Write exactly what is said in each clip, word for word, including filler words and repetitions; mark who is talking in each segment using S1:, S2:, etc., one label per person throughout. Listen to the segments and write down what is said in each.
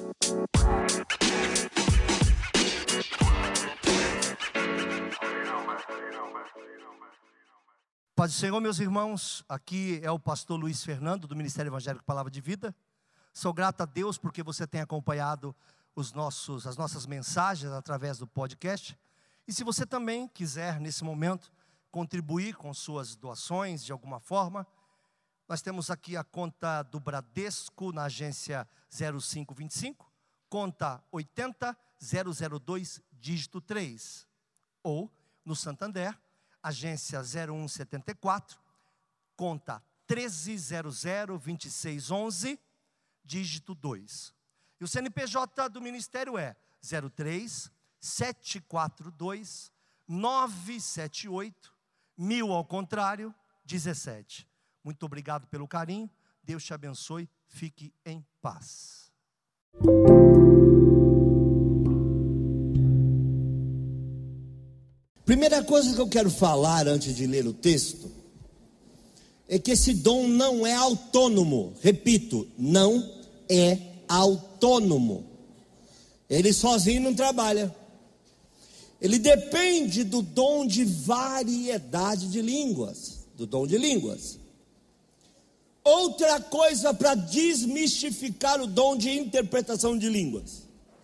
S1: Paz do Senhor, meus irmãos, aqui é o pastor Luiz Fernando, do Ministério Evangélico Palavra de Vida. Sou grato a Deus porque você tem acompanhado os nossos, as nossas mensagens através do podcast. E se você também quiser, nesse momento, contribuir com suas doações de alguma forma, nós temos aqui a conta do Bradesco na agência zero cinco vinte e cinco, conta oitenta zero zero dois, dígito três, ou no Santander, agência zero um setenta e quatro, conta treze zero zero vinte e seis onze, dígito dois. E o C N P J do Ministério é zero três sete quatro dois nove sete oito mil ao contrário dezessete. Muito obrigado pelo carinho. Deus te abençoe. Fique em paz.
S2: Primeira coisa que eu quero falar antes de ler o texto é que esse dom não é autônomo. Repito, não é autônomo. Ele sozinho não trabalha. Ele depende do dom de variedade de línguas, do dom de línguas. Outra coisa para desmistificar o dom de interpretação de línguas.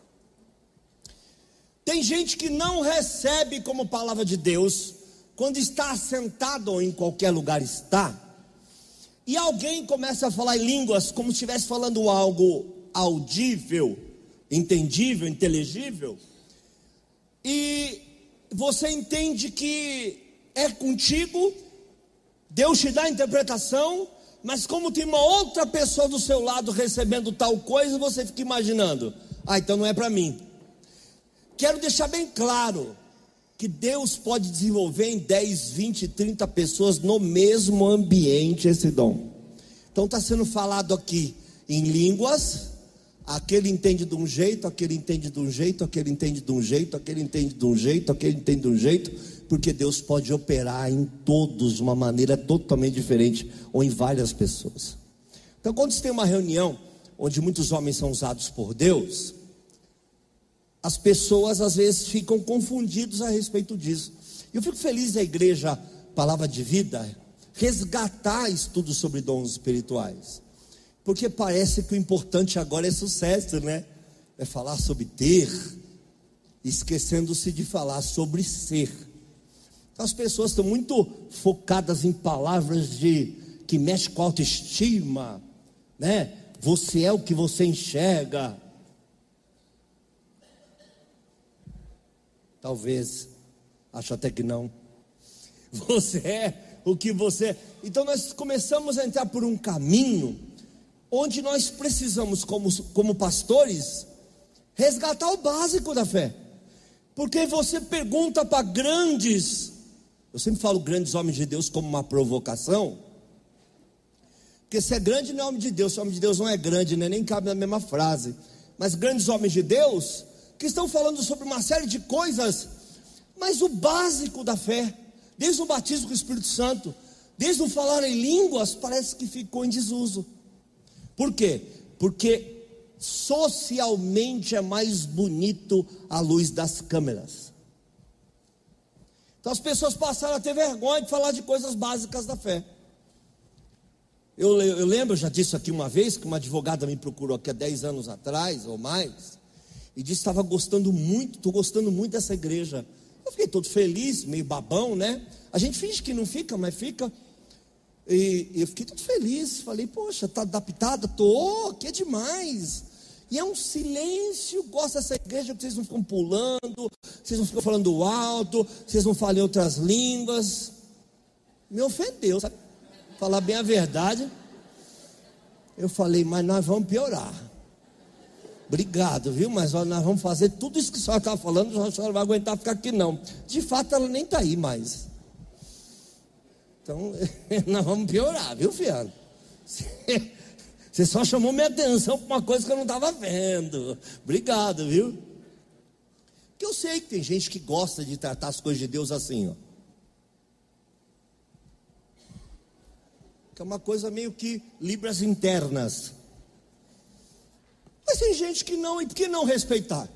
S2: Tem gente que não recebe como palavra de Deus quando está assentado ou em qualquer lugar está, e alguém começa a falar em línguas como se estivesse falando algo audível, entendível, inteligível, e você entende que é contigo, Deus te dá a interpretação, mas como tem uma outra pessoa do seu lado recebendo tal coisa, você fica imaginando, ah, então não é para mim. Quero deixar bem claro que Deus pode desenvolver em dez, vinte, trinta pessoas no mesmo ambiente esse dom. Então está sendo falado aqui em línguas, aquele entende de um jeito, aquele entende de um jeito, aquele entende de um jeito, aquele entende de um jeito, aquele entende de um jeito, porque Deus pode operar em todos de uma maneira totalmente diferente, ou em várias pessoas. Então quando você tem uma reunião onde muitos homens são usados por Deus, as pessoas às vezes ficam confundidas a respeito disso. Eu fico feliz da igreja Palavra de Vida resgatar estudos sobre dons espirituais, porque parece que o importante agora é sucesso, né? É falar sobre ter, esquecendo-se de falar sobre ser. Então as pessoas estão muito focadas em palavras de que mexem com a autoestima, né? Você é o que você enxerga. Talvez, acho até que não. Você é o que você é. Então nós começamos a entrar por um caminho onde nós precisamos, como, como pastores, resgatar o básico da fé. Porque você pergunta para grandes, eu sempre falo grandes homens de Deus como uma provocação, porque se é grande não é homem de Deus, se é homem de Deus não é grande, né? Nem cabe na mesma frase. Mas grandes homens de Deus que estão falando sobre uma série de coisas, mas o básico da fé, desde o batismo com o Espírito Santo, desde o falar em línguas, parece que ficou em desuso. Por quê? Porque socialmente é mais bonito à luz das câmeras. Então as pessoas passaram a ter vergonha de falar de coisas básicas da fé. Eu, eu lembro, eu já disse aqui uma vez, que uma advogada me procurou aqui há dez anos atrás, ou mais, e disse que estava gostando muito, estou gostando muito dessa igreja. Eu fiquei todo feliz, meio babão, né? A gente finge que não fica, mas fica. E eu fiquei todo feliz, falei, poxa, está adaptada? Estou, que é demais. E é um silêncio, gosto dessa igreja, porque vocês não ficam pulando, vocês não ficam falando alto, vocês não falam em outras línguas. Me ofendeu, sabe? Falar bem a verdade. Eu falei, mas nós vamos piorar. Obrigado, viu? Mas nós vamos fazer tudo isso que a senhora está falando, a senhora não vai aguentar ficar aqui não. De fato ela nem está aí mais. Então nós vamos piorar, viu, fiano? Você só chamou minha atenção para uma coisa que eu não estava vendo. Obrigado, viu? Porque eu sei que tem gente que gosta de tratar as coisas de Deus assim, ó. Que é uma coisa meio que libras internas. Mas tem gente que não, e por que não respeitar?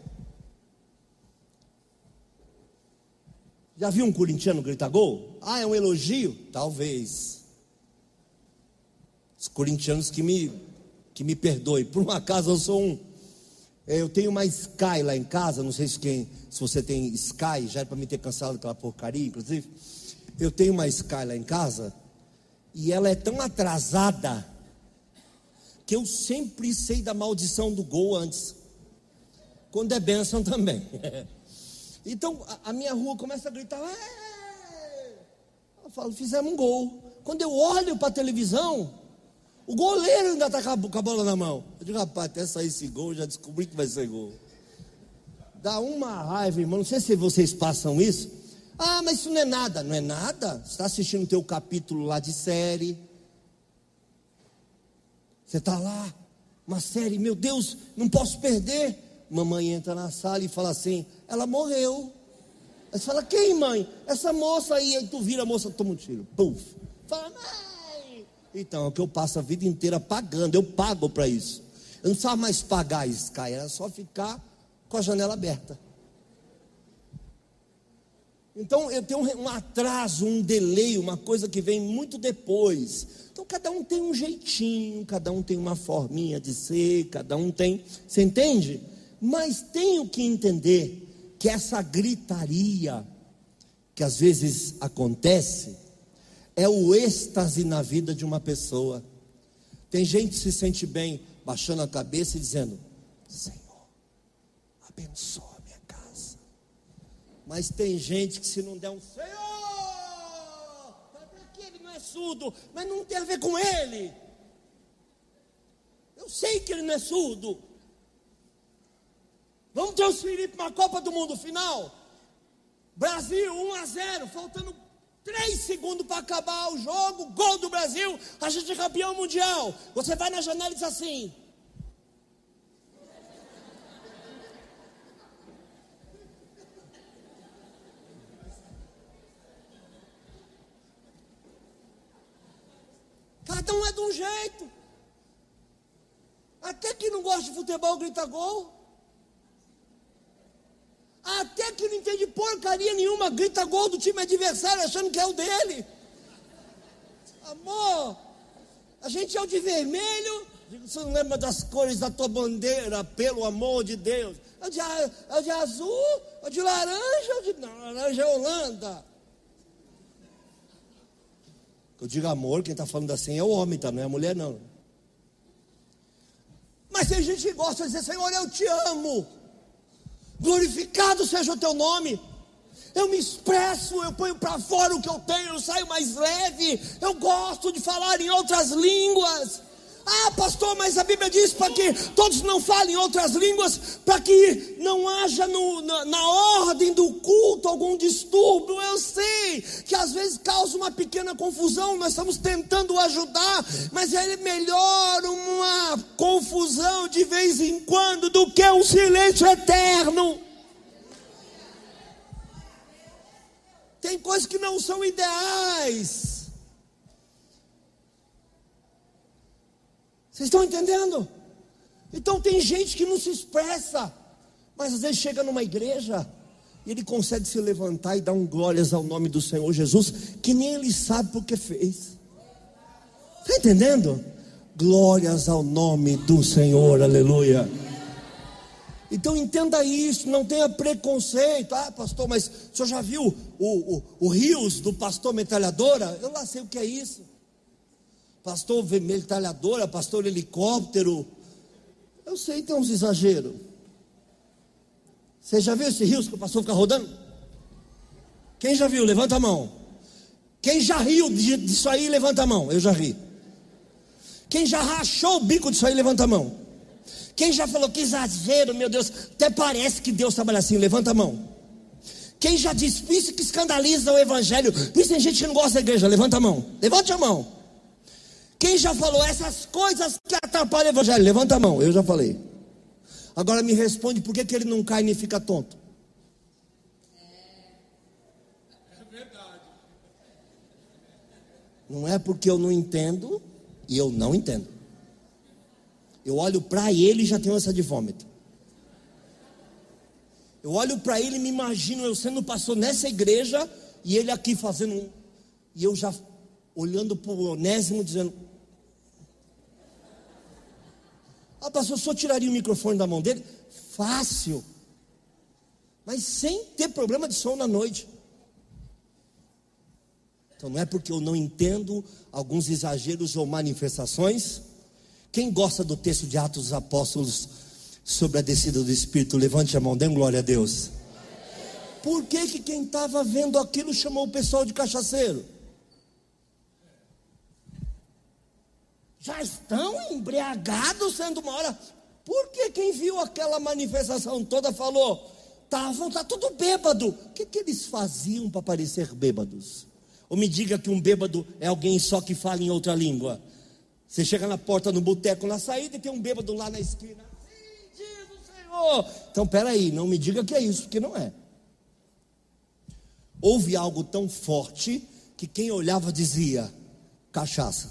S2: Já viu um corintiano gritar gol? Ah, é um elogio? Talvez. Os corintianos que me, que me perdoem. Por um acaso eu sou um. Eu tenho uma Sky lá em casa. Não sei se, quem, se você tem Sky. Já era para me ter cancelado aquela porcaria, inclusive. Eu tenho uma Sky lá em casa. E ela é tão atrasada que eu sempre sei da maldição do gol antes. Quando é bênção também. Então a, a minha rua começa a gritar. Êêê! Eu falo, fizemos um gol. Quando eu olho para a televisão, o goleiro ainda está com a bola na mão. Eu digo, rapaz, até sair esse gol, já descobri que vai ser gol. Dá uma raiva, irmão. Não sei se vocês passam isso. Ah, mas isso não é nada. Não é nada? Você está assistindo o teu capítulo lá de série. Você está lá, uma série, meu Deus, não posso perder. Mamãe entra na sala e fala assim, ela morreu. Aí você fala, quem, mãe? Essa moça aí. Aí tu vira a moça, toma um tiro. Puf. Fala, mãe. Então, é o que eu passo a vida inteira pagando. Eu pago para isso. Eu não precisava mais pagar a Sky, era só ficar com a janela aberta. Então eu tenho um atraso, um delay, uma coisa que vem muito depois. Então cada um tem um jeitinho, cada um tem uma forminha de ser, cada um tem, você entende? Mas tenho que entender que essa gritaria que às vezes acontece é o êxtase na vida de uma pessoa. Tem gente que se sente bem baixando a cabeça e dizendo, Senhor, abençoa. Mas tem gente que se não der um Senhor, para que ele não é surdo, mas não tem a ver com ele. Eu sei que ele não é surdo. Vamos transferir para uma Copa do Mundo final. Brasil um a zero, faltando três segundos para acabar o jogo, gol do Brasil, a gente é campeão mundial. Você vai na janela e diz assim, cada um é de um jeito. Até que não gosta de futebol grita gol. Até que não entende porcaria nenhuma grita gol do time adversário achando que é o dele. Amor, a gente é o de vermelho. Você não lembra das cores da tua bandeira, pelo amor de Deus? É o de, é o de azul, é o de laranja, é o de, não, laranja é Holanda. Eu digo amor, quem está falando assim é o homem, tá? Não é a mulher não. Mas tem gente que gosta de dizer, Senhor, eu te amo. Glorificado seja o teu nome. Eu me expresso, eu ponho para fora o que eu tenho, eu saio mais leve. Eu gosto de falar em outras línguas. Ah, pastor, mas a Bíblia diz para que todos não falem outras línguas, para que não haja no, na, na ordem do culto algum distúrbio. Eu sei que às vezes causa uma pequena confusão, nós estamos tentando ajudar, mas é melhor uma confusão de vez em quando do que um silêncio eterno. Tem coisas que não são ideais. Vocês estão entendendo? Então tem gente que não se expressa, mas às vezes chega numa igreja e ele consegue se levantar e dar um glórias ao nome do Senhor Jesus, que nem ele sabe porque fez. Está entendendo? Glórias ao nome do Senhor, aleluia. Então entenda isso, não tenha preconceito. Ah, pastor, mas o senhor já viu o, o, o Rios do pastor metralhadora? Eu lá sei o que é isso. Pastor metralhadora, pastor helicóptero. Eu sei, tem uns exageros. Você já viu esse rios que o pastor fica rodando? Quem já viu? Levanta a mão. Quem já riu disso aí, levanta a mão. Eu já ri. Quem já rachou o bico disso aí, levanta a mão. Quem já falou que exagero, meu Deus, até parece que Deus trabalha assim, levanta a mão. Quem já disse isso que escandaliza o evangelho, por isso tem gente que não gosta da igreja, levanta a mão. Levante a mão. Quem já falou essas coisas que atrapalham o evangelho? Levanta a mão, eu já falei. Agora me responde, por que, que ele não cai nem fica tonto? É verdade. Não é porque eu não entendo, e eu não entendo. Eu olho para ele e já tenho essa de vômito. Eu olho para ele e me imagino eu sendo pastor nessa igreja e ele aqui fazendo um, e eu já olhando para o Onésimo dizendo: ah, pastor, o senhor tiraria o microfone da mão dele? Fácil, mas sem ter problema de som na noite. Então não é porque eu não entendo alguns exageros ou manifestações. Quem gosta do texto de Atos dos Apóstolos sobre a descida do Espírito, levante a mão, dê glória a Deus. Por que que quem estava vendo aquilo chamou o pessoal de cachaceiro? Já estão embriagados sendo uma hora. Por que quem viu aquela manifestação toda falou: estavam, tá tudo bêbado? O que que eles faziam para parecer bêbados? Ou me diga que um bêbado é alguém só que fala em outra língua. Você chega na porta, no boteco, na saída, e tem um bêbado lá na esquina. Sim, diz o Senhor. Então peraí, não me diga que é isso, porque não é. Houve algo tão forte que quem olhava dizia: cachaça.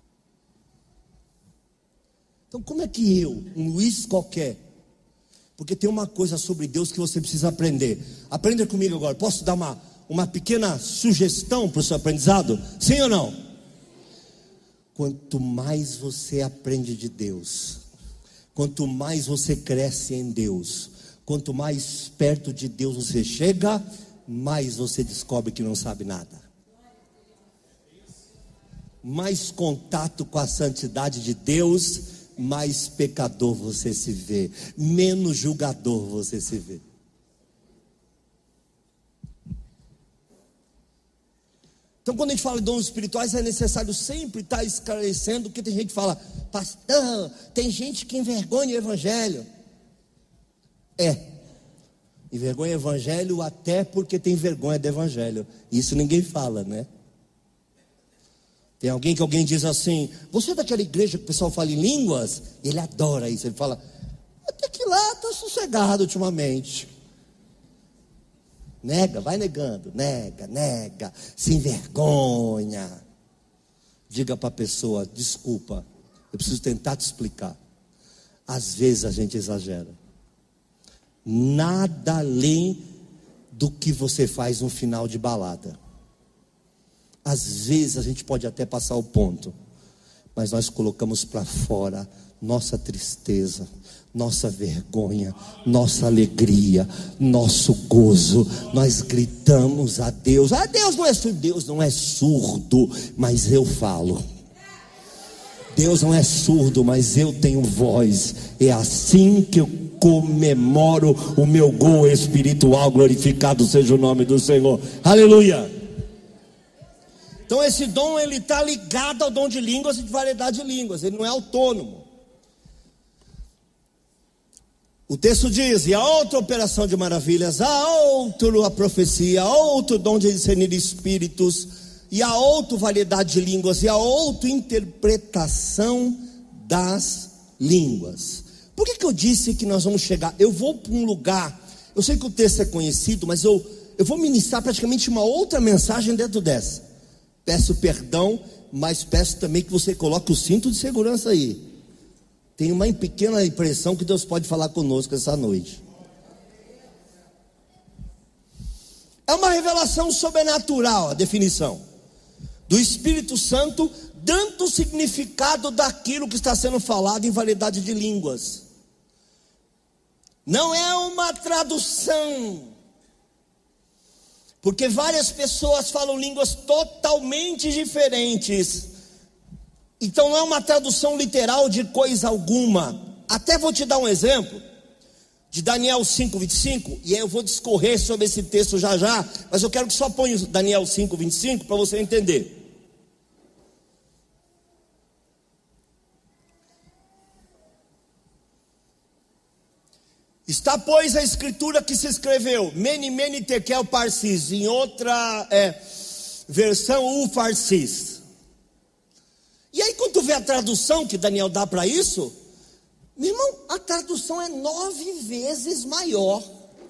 S2: Então como é que eu, um Luiz qualquer, porque tem uma coisa sobre Deus que você precisa aprender. Aprenda comigo agora. Posso dar uma, uma pequena sugestão para o seu aprendizado? Sim ou não? Quanto mais você aprende de Deus, quanto mais você cresce em Deus, quanto mais perto de Deus você chega, mais você descobre que não sabe nada. Mais contato com a santidade de Deus, mais pecador você se vê, menos julgador você se vê. Então quando a gente fala de dons espirituais, é necessário sempre estar esclarecendo, porque tem gente que fala: pastor, tem gente que envergonha o evangelho. É, envergonha o evangelho até porque tem vergonha do evangelho. Isso ninguém fala, né? Tem alguém que alguém diz assim: você é daquela igreja que o pessoal fala em línguas? Ele adora isso, ele fala: até que lá está sossegado ultimamente. Nega, vai negando, nega, nega, se envergonha. Diga para a pessoa: desculpa, eu preciso tentar te explicar. Às vezes a gente exagera. Nada além do que você faz no final de balada. Às vezes a gente pode até passar o ponto, mas nós colocamos para fora nossa tristeza, nossa vergonha, nossa alegria, nosso gozo. Nós gritamos a Deus. Ah, Deus não é surdo. Deus não é surdo, mas eu falo. Deus não é surdo, mas eu tenho voz. É assim que eu comemoro o meu gol espiritual. Glorificado seja o nome do Senhor. Aleluia. Então esse dom, ele está ligado ao dom de línguas e de variedade de línguas. Ele não é autônomo. O texto diz: e a outra operação de maravilhas, a outro a profecia, a outro dom de discernir espíritos, e a outra variedade de línguas, e a outra interpretação das línguas. Por que que eu disse que nós vamos chegar? Eu vou para um lugar, eu sei que o texto é conhecido, mas eu, eu vou ministrar praticamente uma outra mensagem dentro dessa. Peço perdão, mas peço também que você coloque o cinto de segurança aí. Tenho uma pequena impressão que Deus pode falar conosco essa noite. É uma revelação sobrenatural, a definição do Espírito Santo, dando o significado daquilo que está sendo falado em variedade de línguas. Não é uma tradução, porque várias pessoas falam línguas totalmente diferentes. Então não é uma tradução literal de coisa alguma. Até vou te dar um exemplo de Daniel cinco, vinte e cinco, e aí eu vou discorrer sobre esse texto já já, mas eu quero que só ponha Daniel cinco, vinte e cinco para você entender. Está, pois, a escritura que se escreveu, Mene, Mene, Tekel, Parsis, em outra é, versão, Ufarsis. E aí quando tu vê a tradução que Daniel dá para isso, meu irmão, a tradução é nove vezes maior.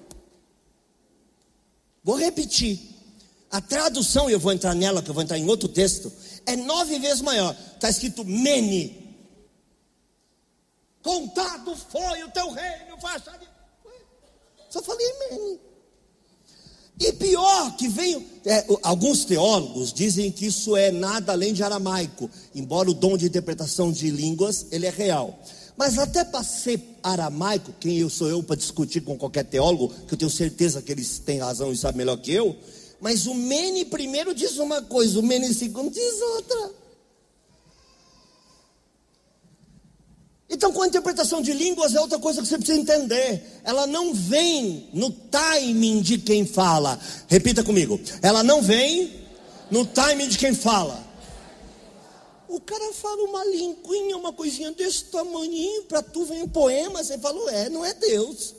S2: Vou repetir. A tradução, eu vou entrar nela, que eu vou entrar em outro texto, é nove vezes maior. Está escrito Mene. Contado foi o teu reino, faixa de... Só falei amém. E pior que vem, é, alguns teólogos dizem que isso é nada além de aramaico, embora o dom de interpretação de línguas, ele é real. Mas até para ser aramaico, quem eu sou eu para discutir com qualquer teólogo, que eu tenho certeza que eles têm razão e sabem melhor que eu, mas o Mene primeiro diz uma coisa, o Mene segundo diz outra. Então, com a interpretação de línguas é outra coisa que você precisa entender. Ela não vem no timing de quem fala. Repita comigo. Ela não vem no timing de quem fala. O cara fala uma linguinha, uma coisinha desse tamanhinho, para tu vem um poema, você fala, é, não é Deus.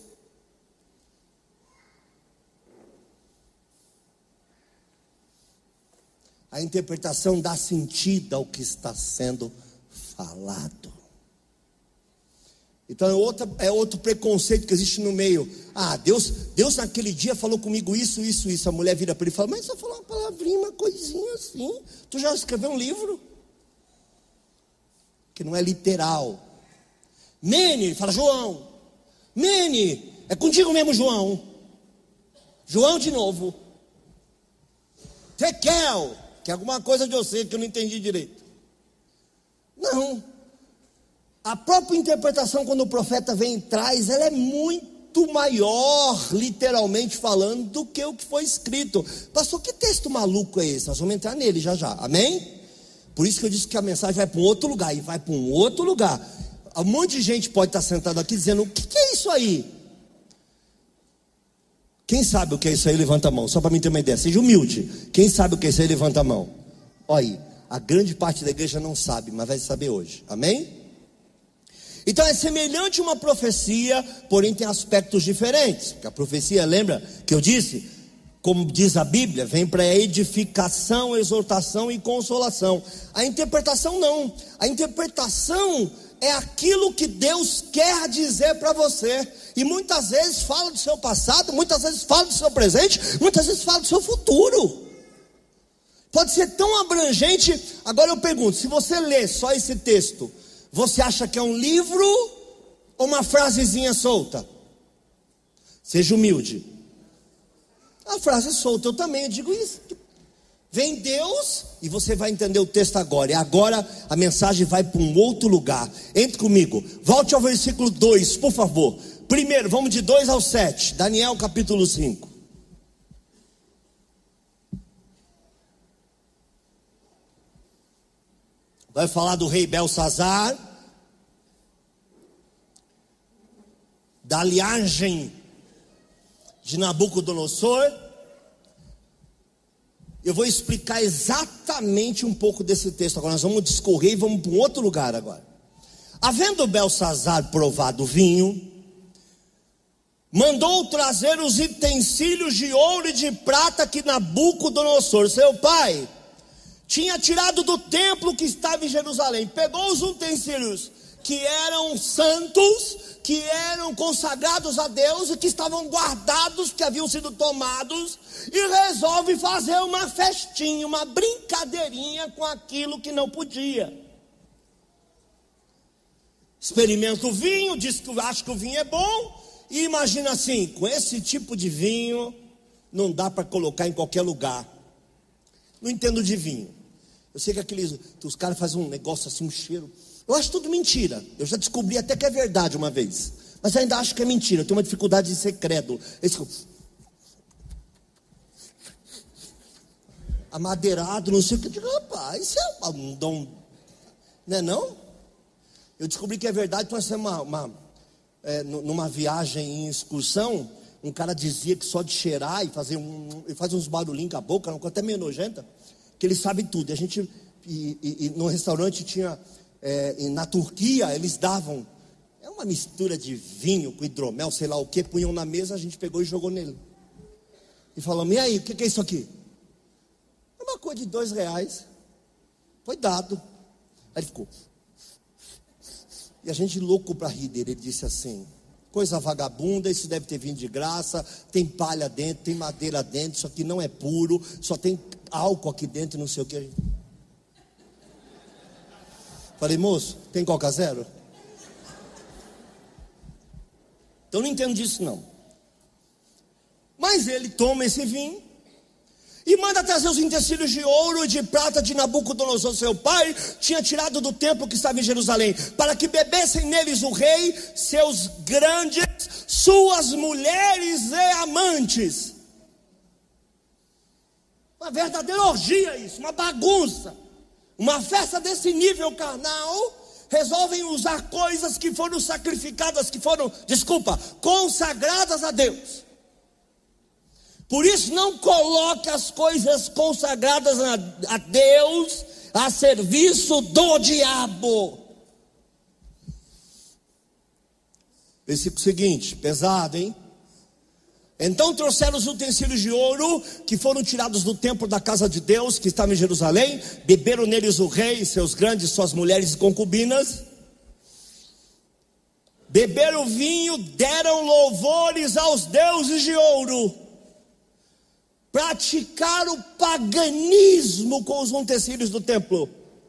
S2: A interpretação dá sentido ao que está sendo falado. Então é outro, é outro preconceito que existe no meio. Ah, Deus, Deus naquele dia falou comigo isso, isso, isso. A mulher vira para ele e fala, mas só falou uma palavrinha, uma coisinha assim. Tu já escreveu um livro? Que não é literal. Mene, fala João. Mene, é contigo mesmo, João. João de novo. Tekel, que é alguma coisa de você que eu não entendi direito. Não. A própria interpretação, quando o profeta vem e traz, ela é muito maior, literalmente falando, do que o que foi escrito. Pastor, que texto maluco é esse? Nós vamos entrar nele já já, amém? Por isso que eu disse que a mensagem vai para um outro lugar, e vai para um outro lugar. Um monte de gente pode estar sentado aqui dizendo, o que, que é isso aí? Quem sabe o que é isso aí, levanta a mão, só para mim ter uma ideia, seja humilde. Quem sabe o que é isso aí, levanta a mão. Olha aí, a grande parte da igreja não sabe, mas vai saber hoje, amém? Então é semelhante a uma profecia, porém tem aspectos diferentes. Porque a profecia, lembra que eu disse, como diz a Bíblia, vem para edificação, exortação e consolação. A interpretação não. A interpretação é aquilo que Deus quer dizer para você. E muitas vezes fala do seu passado, muitas vezes fala do seu presente, muitas vezes fala do seu futuro. Pode ser tão abrangente. Agora eu pergunto, se você ler só esse texto, você acha que é um livro ou uma frasezinha solta? Seja humilde. A frase solta, eu também eu digo isso. Vem Deus e você vai entender o texto agora. E agora a mensagem vai para um outro lugar. Entre comigo, volte ao versículo dois, por favor. Primeiro, vamos de dois ao sete. Daniel capítulo cinco. Vai falar do rei Belsazar, da linhagem de Nabucodonosor. Eu vou explicar exatamente um pouco desse texto. Agora nós vamos discorrer e vamos para um outro lugar agora. Havendo Belsazar provado o vinho, mandou trazer os utensílios de ouro e de prata que Nabucodonosor, seu pai, tinha tirado do templo que estava em Jerusalém. Pegou os utensílios que eram santos, que eram consagrados a Deus e que estavam guardados, que haviam sido tomados, e resolve fazer uma festinha, uma brincadeirinha com aquilo que não podia. Experimenta o vinho, diz que acha que o vinho é bom, e imagina assim, com esse tipo de vinho não dá para colocar em qualquer lugar. Não entendo de vinho. Eu sei que aqueles, que os caras fazem um negócio assim, um cheiro. Eu acho tudo mentira. Eu já descobri até que é verdade uma vez, mas ainda acho que é mentira. Eu tenho uma dificuldade de ser crédulo. Esse... amadeirado, não sei o que. Eu digo, rapaz, isso é um dom, não é não? Eu descobri que é verdade. Nós temos uma, uma é, numa viagem em excursão, um cara dizia que só de cheirar e fazer um, ele faz uns barulhinhos com a boca, uma coisa até meio nojenta, que ele sabe tudo. E a gente, e, e, e no restaurante tinha, é, na Turquia, eles davam, é uma mistura de vinho com hidromel, sei lá o que, punham na mesa, a gente pegou e jogou nele. E falamos, e aí, o que, que é isso aqui? É uma coisa de dois reais. Foi dado. Aí ele ficou. E a gente louco para rir dele. Ele disse assim, coisa vagabunda, isso deve ter vindo de graça, tem palha dentro, tem madeira dentro, isso aqui não é puro, só tem álcool aqui dentro, não sei o que. Falei, moço, tem Coca Zero? Então não entendo disso não. Mas ele toma esse vinho e manda trazer os utensílios de ouro e de prata de Nabucodonosor, seu pai, tinha tirado do templo que estava em Jerusalém, para que bebessem neles o rei, seus grandes, suas mulheres e amantes. Uma verdadeira orgia isso, uma bagunça. Uma festa desse nível carnal. Resolvem usar coisas que foram sacrificadas, que foram, desculpa, consagradas a Deus. Por isso não coloque as coisas consagradas a, a Deus a serviço do diabo. Versículo seguinte, pesado, hein? Então trouxeram os utensílios de ouro que foram tirados do templo da casa de Deus, que estava em Jerusalém. Beberam neles o rei, seus grandes, suas mulheres e concubinas. Beberam vinho, deram louvores aos deuses de ouro. Praticaram o paganismo com os utensílios do templo.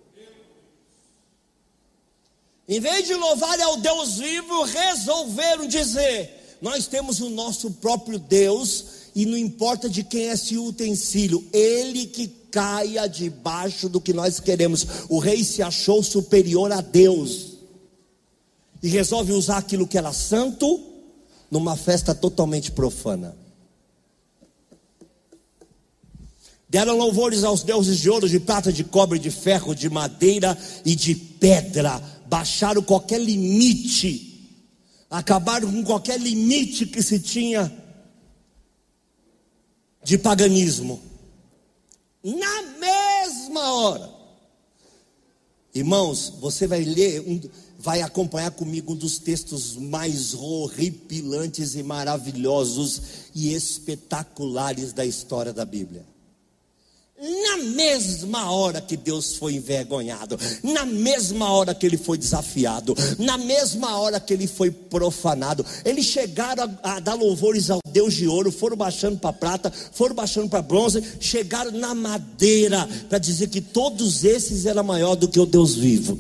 S2: Em vez de louvar ao Deus vivo, resolveram dizer: nós temos o nosso próprio Deus, e não importa de quem é esse utensílio, ele que caia debaixo do que nós queremos. O rei se achou superior a Deus e resolve usar aquilo que era santo numa festa totalmente profana. Deram louvores aos deuses de ouro, de prata, de cobre, de ferro, de madeira e de pedra. Baixaram qualquer limite, acabaram com qualquer limite que se tinha de paganismo. Na mesma hora, irmãos, você vai ler, um, vai acompanhar comigo um dos textos mais horripilantes e maravilhosos e espetaculares da história da Bíblia. Na mesma hora que Deus foi envergonhado, na mesma hora que ele foi desafiado, na mesma hora que ele foi profanado, eles chegaram a, a dar louvores ao Deus de ouro, foram baixando para prata, foram baixando para bronze, chegaram na madeira para dizer que todos esses eram maior do que o Deus vivo.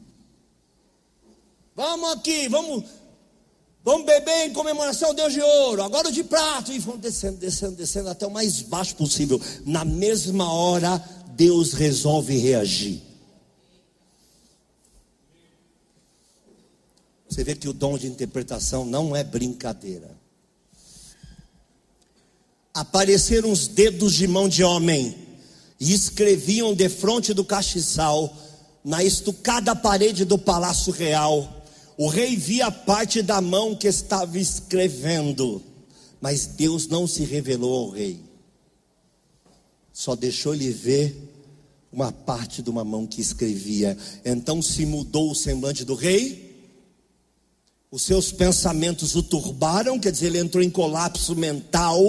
S2: Vamos aqui, vamos Vamos beber em comemoração ao Deus de ouro, agora o de prata. E vamos descendo, descendo, descendo até o mais baixo possível. Na mesma hora, Deus resolve reagir. Você vê que o dom de interpretação não é brincadeira. Apareceram os dedos de mão de homem e escreviam defronte do castiçal, na estucada parede do palácio real. O rei via a parte da mão que estava escrevendo, mas Deus não se revelou ao rei. Só deixou ele ver uma parte de uma mão que escrevia. Então se mudou o semblante do rei, os seus pensamentos o turbaram, quer dizer, ele entrou em colapso mental.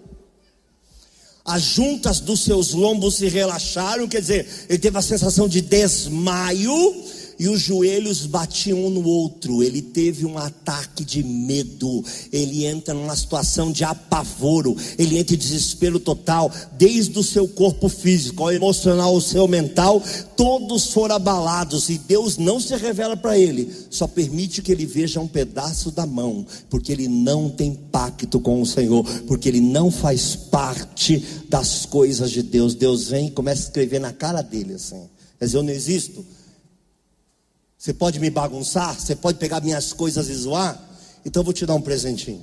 S2: As juntas dos seus lombos se relaxaram, quer dizer, ele teve a sensação de desmaio. E os joelhos batiam um no outro. Ele teve um ataque de medo. Ele entra numa situação de apavoro. Ele entra em desespero total. Desde o seu corpo físico, ao emocional, ao seu mental, todos foram abalados. E Deus não se revela para ele. Só permite que ele veja um pedaço da mão. Porque ele não tem pacto com o Senhor. Porque ele não faz parte das coisas de Deus. Deus vem e começa a escrever na cara dele assim. Quer dizer, eu não existo. Você pode me bagunçar? Você pode pegar minhas coisas e zoar? Então eu vou te dar um presentinho.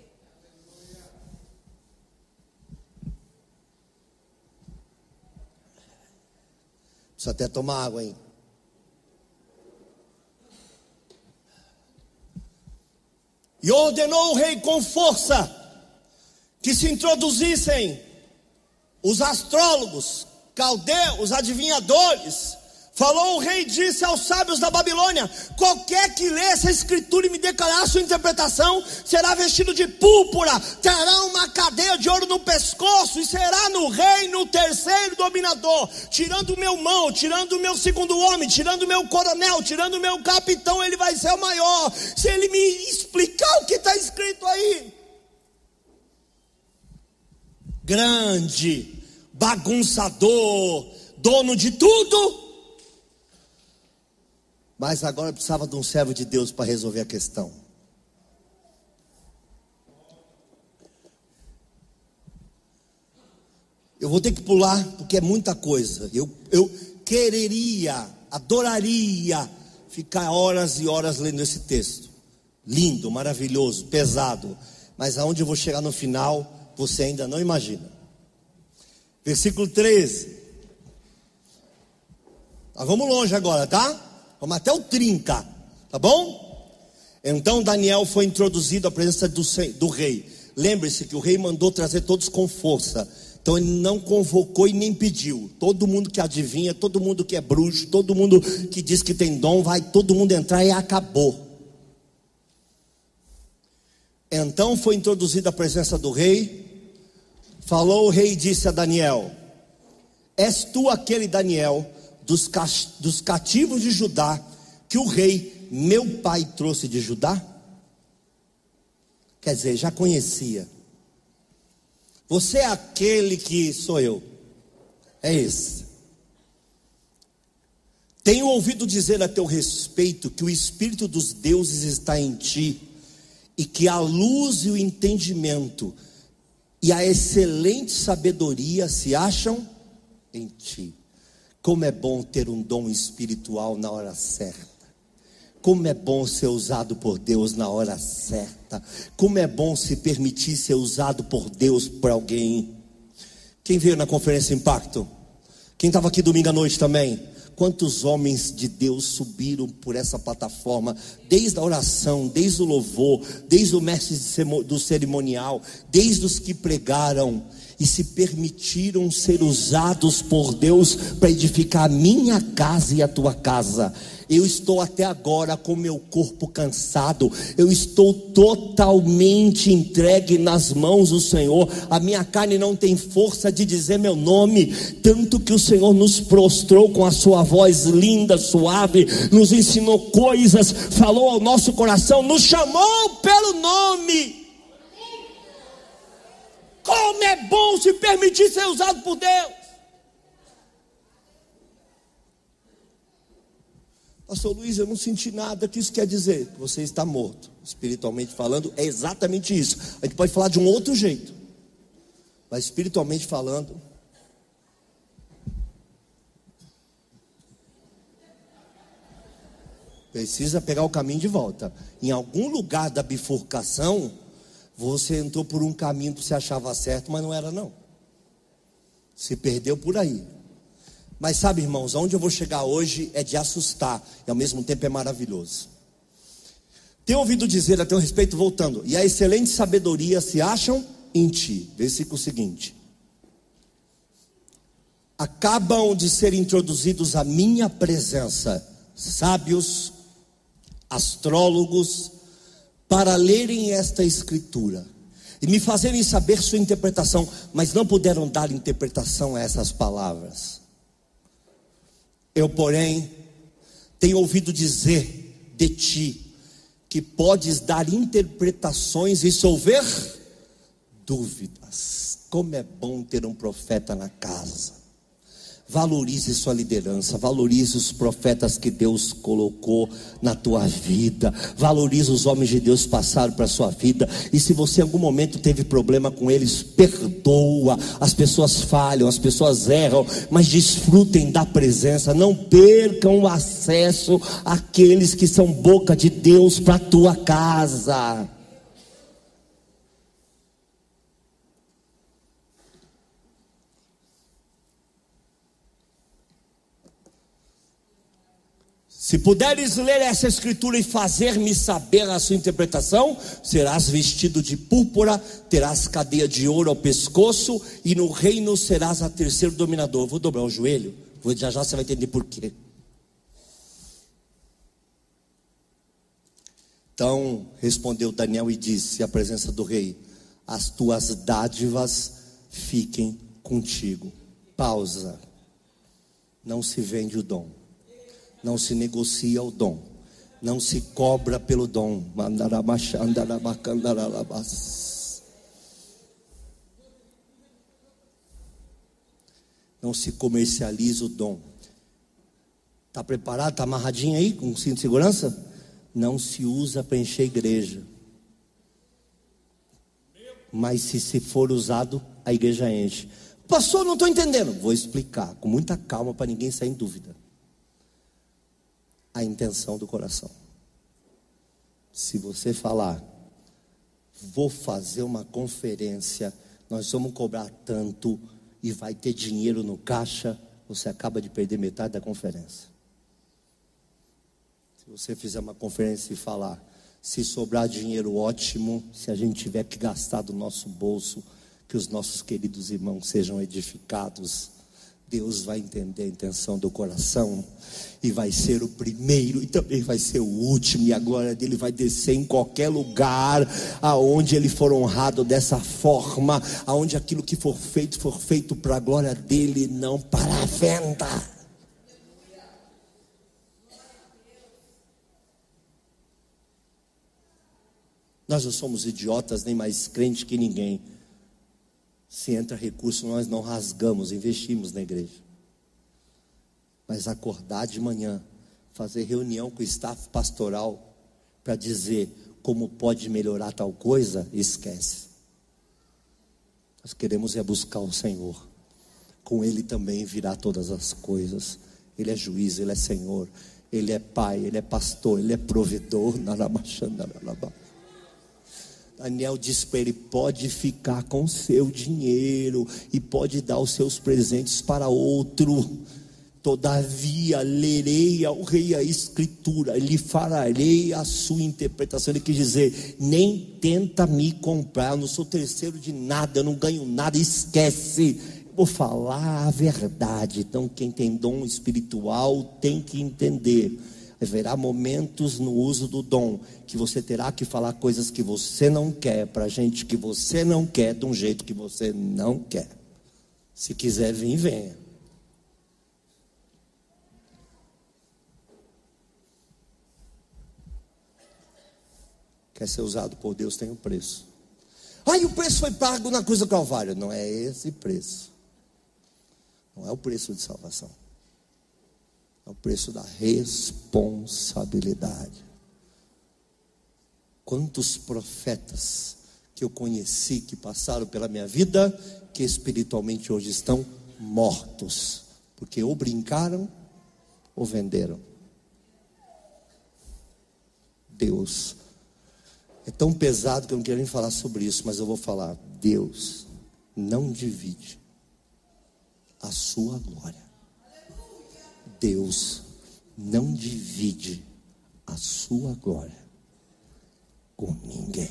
S2: Precisa até tomar água, hein? E ordenou o rei com força que se introduzissem os astrólogos, caldeus, adivinhadores. Falou o rei, disse aos sábios da Babilônia: qualquer que lê essa escritura e me declarar a sua interpretação, será vestido de púrpura, terá uma cadeia de ouro no pescoço, e será no reino o terceiro dominador. Tirando o meu mão, tirando o meu segundo homem, tirando o meu coronel, tirando o meu capitão, ele vai ser o maior. Se ele me explicar o que está escrito aí. Grande, bagunçador, dono de tudo. Mas agora precisava de um servo de Deus para resolver a questão. Eu vou ter que pular porque é muita coisa. Eu, eu quereria, adoraria ficar horas e horas lendo esse texto. Lindo, maravilhoso, pesado. Mas aonde eu vou chegar no final, você ainda não imagina. Versículo treze. Nós vamos longe agora, tá? Vamos até o trinta, tá bom? Então Daniel foi introduzido à presença do, do rei. Lembre-se que o rei mandou trazer todos com força. Então ele não convocou e nem pediu. Todo mundo que adivinha, todo mundo que é bruxo, todo mundo que diz que tem dom, vai todo mundo entrar e acabou. Então foi introduzido à presença do rei. Falou o rei e disse a Daniel: és tu aquele Daniel dos, dos cativos de Judá, que o rei meu pai trouxe de Judá? Quer dizer, já conhecia. Você é aquele que sou eu. É esse. Tenho ouvido dizer a teu respeito que o Espírito dos deuses está em ti, e que a luz e o entendimento e a excelente sabedoria se acham em ti. Como é bom ter um dom espiritual na hora certa. Como é bom ser usado por Deus na hora certa. Como é bom se permitir ser usado por Deus por alguém. Quem veio na conferência Impacto? Quem estava aqui domingo à noite também? Quantos homens de Deus subiram por essa plataforma, desde a oração, desde o louvor, desde o mestre do cerimonial, desde os que pregaram e se permitiram ser usados por Deus para edificar a minha casa e a tua casa. Eu estou até agora com meu corpo cansado, eu estou totalmente entregue nas mãos do Senhor. A minha carne não tem força de dizer meu nome, tanto que o Senhor nos prostrou com a sua voz linda, suave, nos ensinou coisas, falou ao nosso coração, nos chamou pelo nome. Como é bom se permitir ser usado por Deus. Pastor Luiz, eu não senti nada. O que isso quer dizer? Você está morto. Espiritualmente falando, é exatamente isso. A gente pode falar de um outro jeito, mas espiritualmente falando, precisa pegar o caminho de volta. Em algum lugar da bifurcação, você entrou por um caminho que você achava certo, mas não era não. Se perdeu por aí. Mas sabe, irmãos, aonde eu vou chegar hoje é de assustar, e ao mesmo tempo é maravilhoso. Tenho ouvido dizer a teu respeito, voltando, e a excelente sabedoria se acham em ti. Versículo seguinte: acabam de ser introduzidos à minha presença sábios, astrólogos, para lerem esta escritura e me fazerem saber sua interpretação, mas não puderam dar interpretação a essas palavras. Eu, porém, tenho ouvido dizer de ti que podes dar interpretações e solver dúvidas. Como é bom ter um profeta na casa. Valorize sua liderança, valorize os profetas que Deus colocou na tua vida, valorize os homens de Deus que passaram para a sua vida. E se você em algum momento teve problema com eles, perdoa. As pessoas falham, as pessoas erram, mas desfrutem da presença. Não percam o acesso àqueles que são boca de Deus para a tua casa. Se puderes ler essa escritura e fazer-me saber a sua interpretação, serás vestido de púrpura, terás cadeia de ouro ao pescoço, e no reino serás a terceiro dominador. Vou dobrar o joelho, já já você vai entender por quê. Então respondeu Daniel e disse à presença do rei: as tuas dádivas fiquem contigo. Pausa. Não se vende o dom, não se negocia o dom, não se cobra pelo dom. Não se comercializa o dom. Está preparado? Está amarradinho aí com cinto de segurança? Não se usa para encher a igreja, mas se, se for usado, a igreja enche. Pastor, não estou entendendo. Vou explicar com muita calma para ninguém sair em dúvida. A intenção do coração. Se você falar, vou fazer uma conferência, nós vamos cobrar tanto e vai ter dinheiro no caixa, você acaba de perder metade da conferência. Se você fizer uma conferência e falar, se sobrar dinheiro, ótimo, se a gente tiver que gastar do nosso bolso, que os nossos queridos irmãos sejam edificados, Deus vai entender a intenção do coração e vai ser o primeiro e também vai ser o último, e a glória dele vai descer em qualquer lugar aonde ele for honrado dessa forma, aonde aquilo que for feito, for feito para a glória dele, não para a venda. Nós não somos idiotas nem mais crentes que ninguém. Se entra recurso, nós não rasgamos, investimos na igreja. Mas acordar de manhã, fazer reunião com o staff pastoral para dizer como pode melhorar tal coisa, esquece. Nós queremos é buscar o Senhor. Com Ele também virá todas as coisas. Ele é juiz, Ele é Senhor, Ele é Pai, Ele é pastor, Ele é provedor. Daniel disse para ele, pode ficar com o seu dinheiro e pode dar os seus presentes para outro. Todavia lerei ao rei a escritura, lhe farei a sua interpretação. Ele quis dizer, nem tenta me comprar, eu não sou terceiro de nada, eu não ganho nada, esquece. Eu vou falar a verdade. Então quem tem dom espiritual tem que entender. Haverá momentos no uso do dom que você terá que falar coisas que você não quer para gente que você não quer, de um jeito que você não quer. Se quiser vir, venha. Quer ser usado por Deus, tem um preço. Ai, o preço foi pago na cruz do Calvário. Não é esse preço. Não é o preço de salvação. É o preço da responsabilidade. Quantos profetas que eu conheci, que passaram pela minha vida, que espiritualmente hoje estão mortos, porque ou brincaram ou venderam. Deus é tão pesado que eu não quero nem falar sobre isso, mas eu vou falar. Deus não divide a sua glória. Deus não divide a sua glória com ninguém.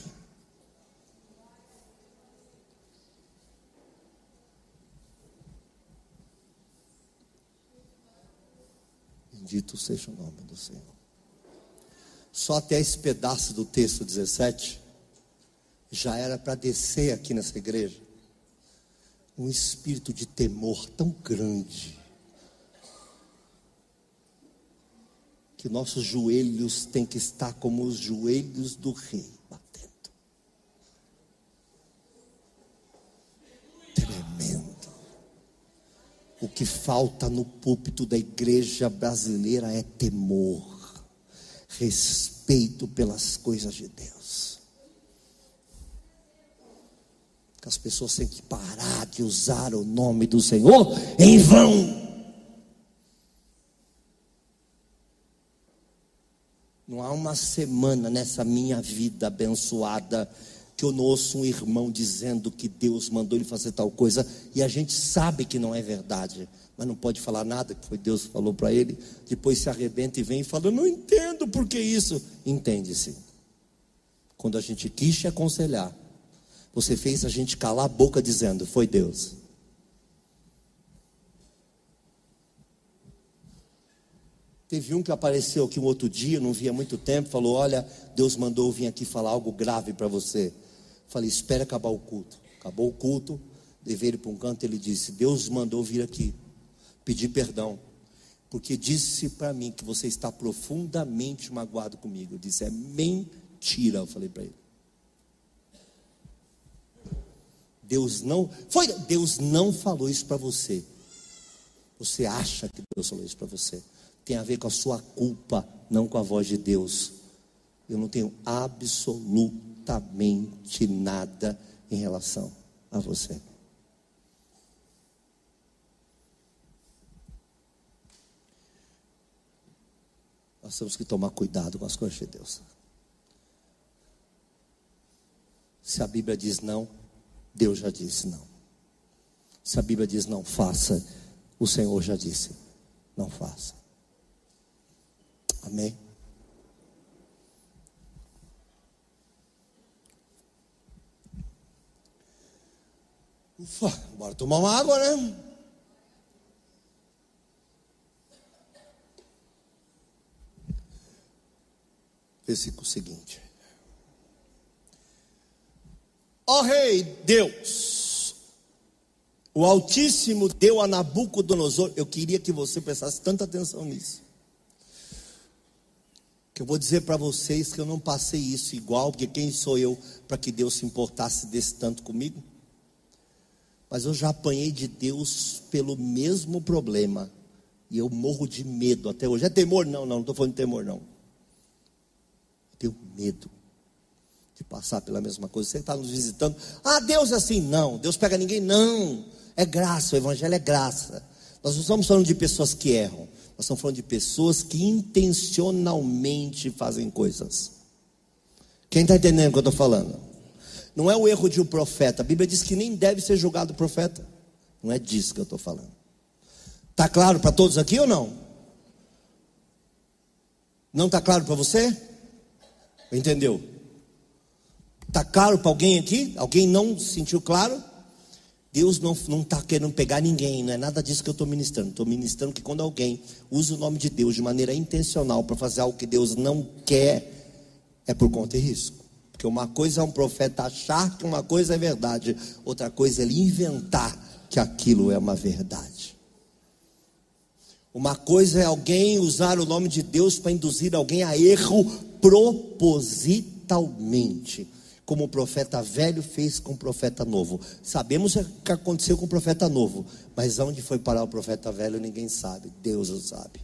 S2: Bendito seja o nome do Senhor. Só até esse pedaço do texto dezessete já era para descer aqui nessa igreja um espírito de temor tão grande que nossos joelhos têm que estar como os joelhos do rei, batendo. Tremendo. O que falta no púlpito da igreja brasileira é temor, respeito pelas coisas de Deus. Que as pessoas têm que parar de usar o nome do Senhor em vão. Não há uma semana nessa minha vida abençoada que eu não ouço um irmão dizendo que Deus mandou ele fazer tal coisa e a gente sabe que não é verdade, mas não pode falar nada, que foi Deus que falou para ele. Depois se arrebenta e vem e fala, eu não entendo por que isso. Entende-se. Quando a gente quis te aconselhar, você fez a gente calar a boca dizendo, foi Deus. Teve um que apareceu aqui um outro dia, não via há muito tempo, falou, olha, Deus mandou eu vir aqui falar algo grave para você. Falei, espera acabar o culto. Acabou o culto, levei ele para um canto, ele disse, Deus mandou vir aqui, pedir perdão, porque disse para mim que você está profundamente magoado comigo. Eu disse, é mentira, eu falei para ele. Deus não, foi, Deus não falou isso para você. Você acha que Deus falou isso para você. Tem a ver com a sua culpa, não com a voz de Deus. Eu não tenho absolutamente nada em relação a você. Nós temos que tomar cuidado com as coisas de Deus. Se a Bíblia diz não, Deus já disse não. Se a Bíblia diz não faça, o Senhor já disse não faça. Amém? Ufa, bora tomar uma água, né? Versículo seguinte. Ó Rei Deus, o Altíssimo deu a Nabucodonosor. Eu queria que você prestasse tanta atenção nisso, que eu vou dizer para vocês que eu não passei isso igual, porque quem sou eu para que Deus se importasse desse tanto comigo? Mas eu já apanhei de Deus pelo mesmo problema, e eu morro de medo até hoje. É temor? Não, não, não estou falando de temor não. Eu tenho medo de passar pela mesma coisa. Você está nos visitando, ah, Deus é assim, não, Deus pega ninguém, não, é graça, o Evangelho é graça. Nós não estamos falando de pessoas que erram, nós estamos falando de pessoas que intencionalmente fazem coisas. Quem está entendendo o que eu estou falando? Não é o erro de um profeta, a Bíblia diz que nem deve ser julgado profeta. Não é disso que eu estou falando. Está claro para todos aqui ou não? Não está claro para você? Entendeu? Está claro para alguém aqui? Alguém não se sentiu claro? Deus não está querendo pegar ninguém, não é nada disso que eu estou ministrando. Estou ministrando que quando alguém usa o nome de Deus de maneira intencional para fazer algo que Deus não quer, é por conta e risco. Porque uma coisa é um profeta achar que uma coisa é verdade, outra coisa é ele inventar que aquilo é uma verdade. Uma coisa é alguém usar o nome de Deus para induzir alguém a erro propositalmente, como o profeta velho fez com o profeta novo. Sabemos o que aconteceu com o profeta novo, mas onde foi parar o profeta velho ninguém sabe, Deus o sabe.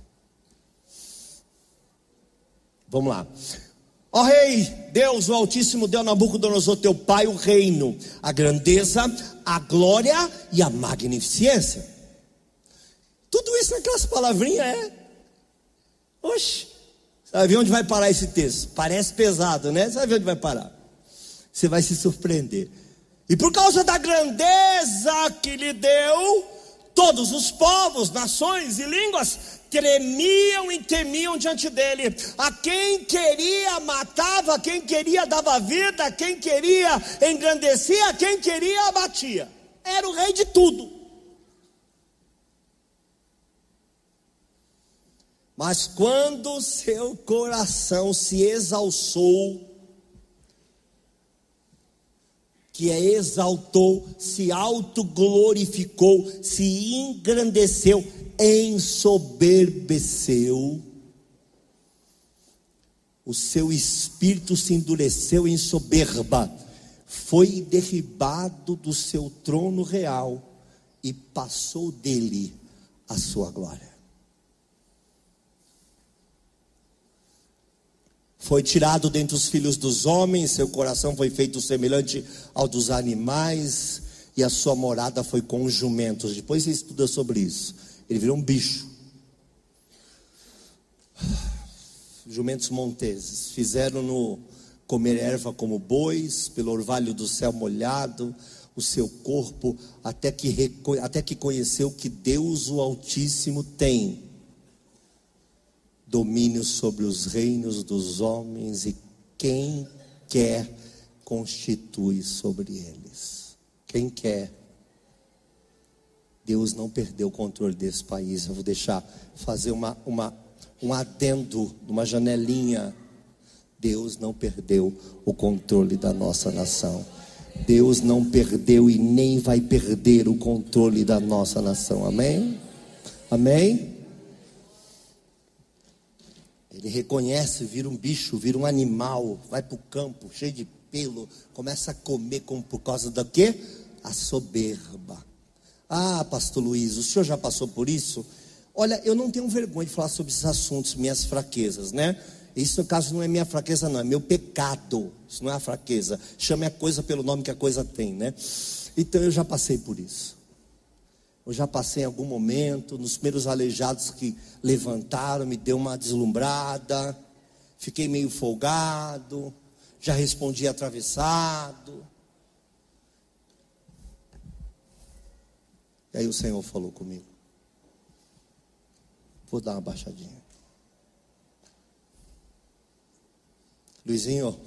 S2: Vamos lá. Ó Rei Deus, o Altíssimo deu a Nabucodonosor teu pai o reino, a grandeza, a glória e a magnificência. Tudo isso naquelas palavrinhas é. Oxe, você vai ver onde vai parar esse texto. Parece pesado, né? Você vai ver onde vai parar. Você vai se surpreender. E por causa da grandeza que lhe deu, todos os povos, nações e línguas tremiam e temiam diante dele. A quem queria matava, a quem queria dava vida, a quem queria engrandecia, a quem queria abatia. Era o rei de tudo. Mas quando seu coração se exalçou, que é exaltou, se autoglorificou, se engrandeceu, ensoberbeceu, o seu espírito se endureceu em soberba, foi derribado do seu trono real e passou dele a sua glória. Foi tirado dentre os filhos dos homens, seu coração foi feito semelhante ao dos animais, e a sua morada foi com os jumentos. Depois você estuda sobre isso. Ele virou um bicho. Jumentos monteses fizeram-no comer erva como bois, pelo orvalho do céu molhado, o seu corpo, até que, até que conheceu que Deus o Altíssimo tem domínio sobre os reinos dos homens, e quem quer constitui sobre eles. Quem quer. Deus não perdeu o controle desse país. Eu vou deixar fazer uma, uma, um adendo, uma janelinha. Deus não perdeu o controle da nossa nação. Deus não perdeu e nem vai perder o controle da nossa nação. Amém? Amém? Ele reconhece, vira um bicho, vira um animal, vai para o campo, cheio de pelo, começa a comer como por causa da quê? A soberba. Ah, pastor Luiz, o senhor já passou por isso? Olha, eu não tenho vergonha de falar sobre esses assuntos, minhas fraquezas, né? Isso no caso não é minha fraqueza não, é meu pecado. Isso não é a fraqueza, chame a coisa pelo nome que a coisa tem, né? Então eu já passei por isso. Eu já passei em algum momento, nos primeiros aleijados que levantaram, me deu uma deslumbrada, fiquei meio folgado, já respondi atravessado. E aí o Senhor falou comigo: vou dar uma baixadinha. Luizinho,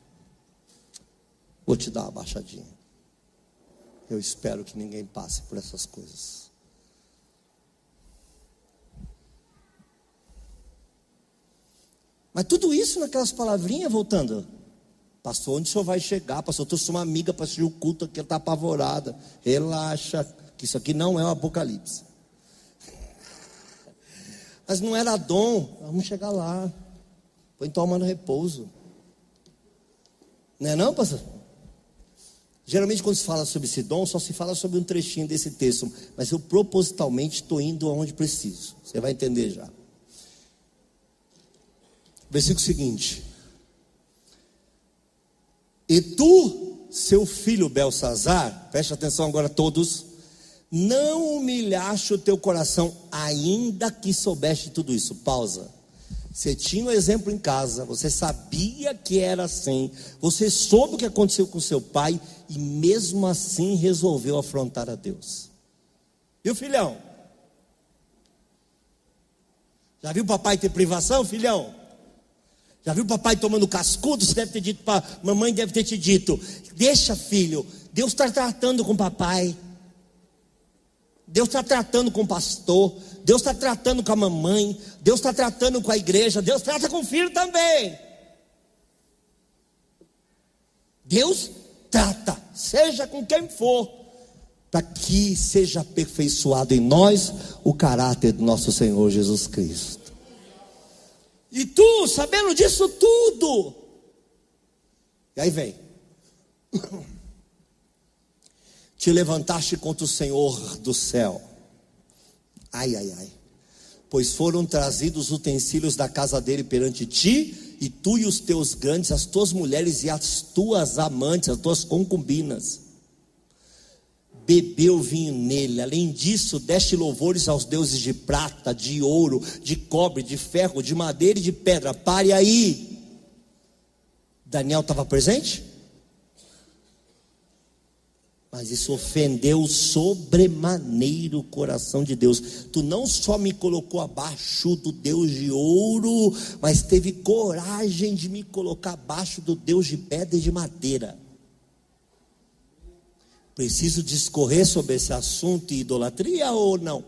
S2: vou te dar uma baixadinha. Eu espero que ninguém passe por essas coisas. Mas tudo isso naquelas palavrinhas, voltando. Pastor, onde o senhor vai chegar? Pastor, eu trouxe uma amiga para assistir o culto aqui, ela está apavorada. Relaxa, que isso aqui não é o Apocalipse. Mas não era dom. Vamos chegar lá. Põe tomando repouso. Não é não, pastor? Geralmente quando se fala sobre esse dom, só se fala sobre um trechinho desse texto. Mas eu propositalmente estou indo aonde preciso. Você vai entender já. Versículo seguinte: e tu, seu filho Belsazar, preste atenção agora todos, não humilhaste o teu coração, ainda que soubeste tudo isso. Pausa. Você tinha um exemplo em casa, você sabia que era assim, você soube o que aconteceu com seu pai, e mesmo assim resolveu afrontar a Deus. E o filhão? Já viu papai ter privação, filhão? Já viu papai tomando cascudo? Você deve ter dito para mamãe, deve ter te dito: deixa, filho, Deus está tratando com papai, Deus está tratando com o pastor, Deus está tratando com a mamãe, Deus está tratando com a igreja, Deus trata com o filho também. Deus trata, seja com quem for, para que seja aperfeiçoado em nós o caráter do nosso Senhor Jesus Cristo. E tu, sabendo disso tudo, e aí vem, te levantaste contra o Senhor do céu. Ai, ai, ai. Pois foram trazidos utensílios da casa dele perante ti, e tu e os teus grandes, as tuas mulheres e as tuas amantes, as tuas concubinas, bebeu vinho nele. Além disso, deste louvores aos deuses de prata, de ouro, de cobre, de ferro, de madeira e de pedra. Pare aí. Daniel estava presente? Mas isso ofendeu sobremaneira o coração de Deus. Tu não só me colocou abaixo do Deus de ouro, mas teve coragem de me colocar abaixo do Deus de pedra e de madeira. Preciso discorrer sobre esse assunto de idolatria ou não?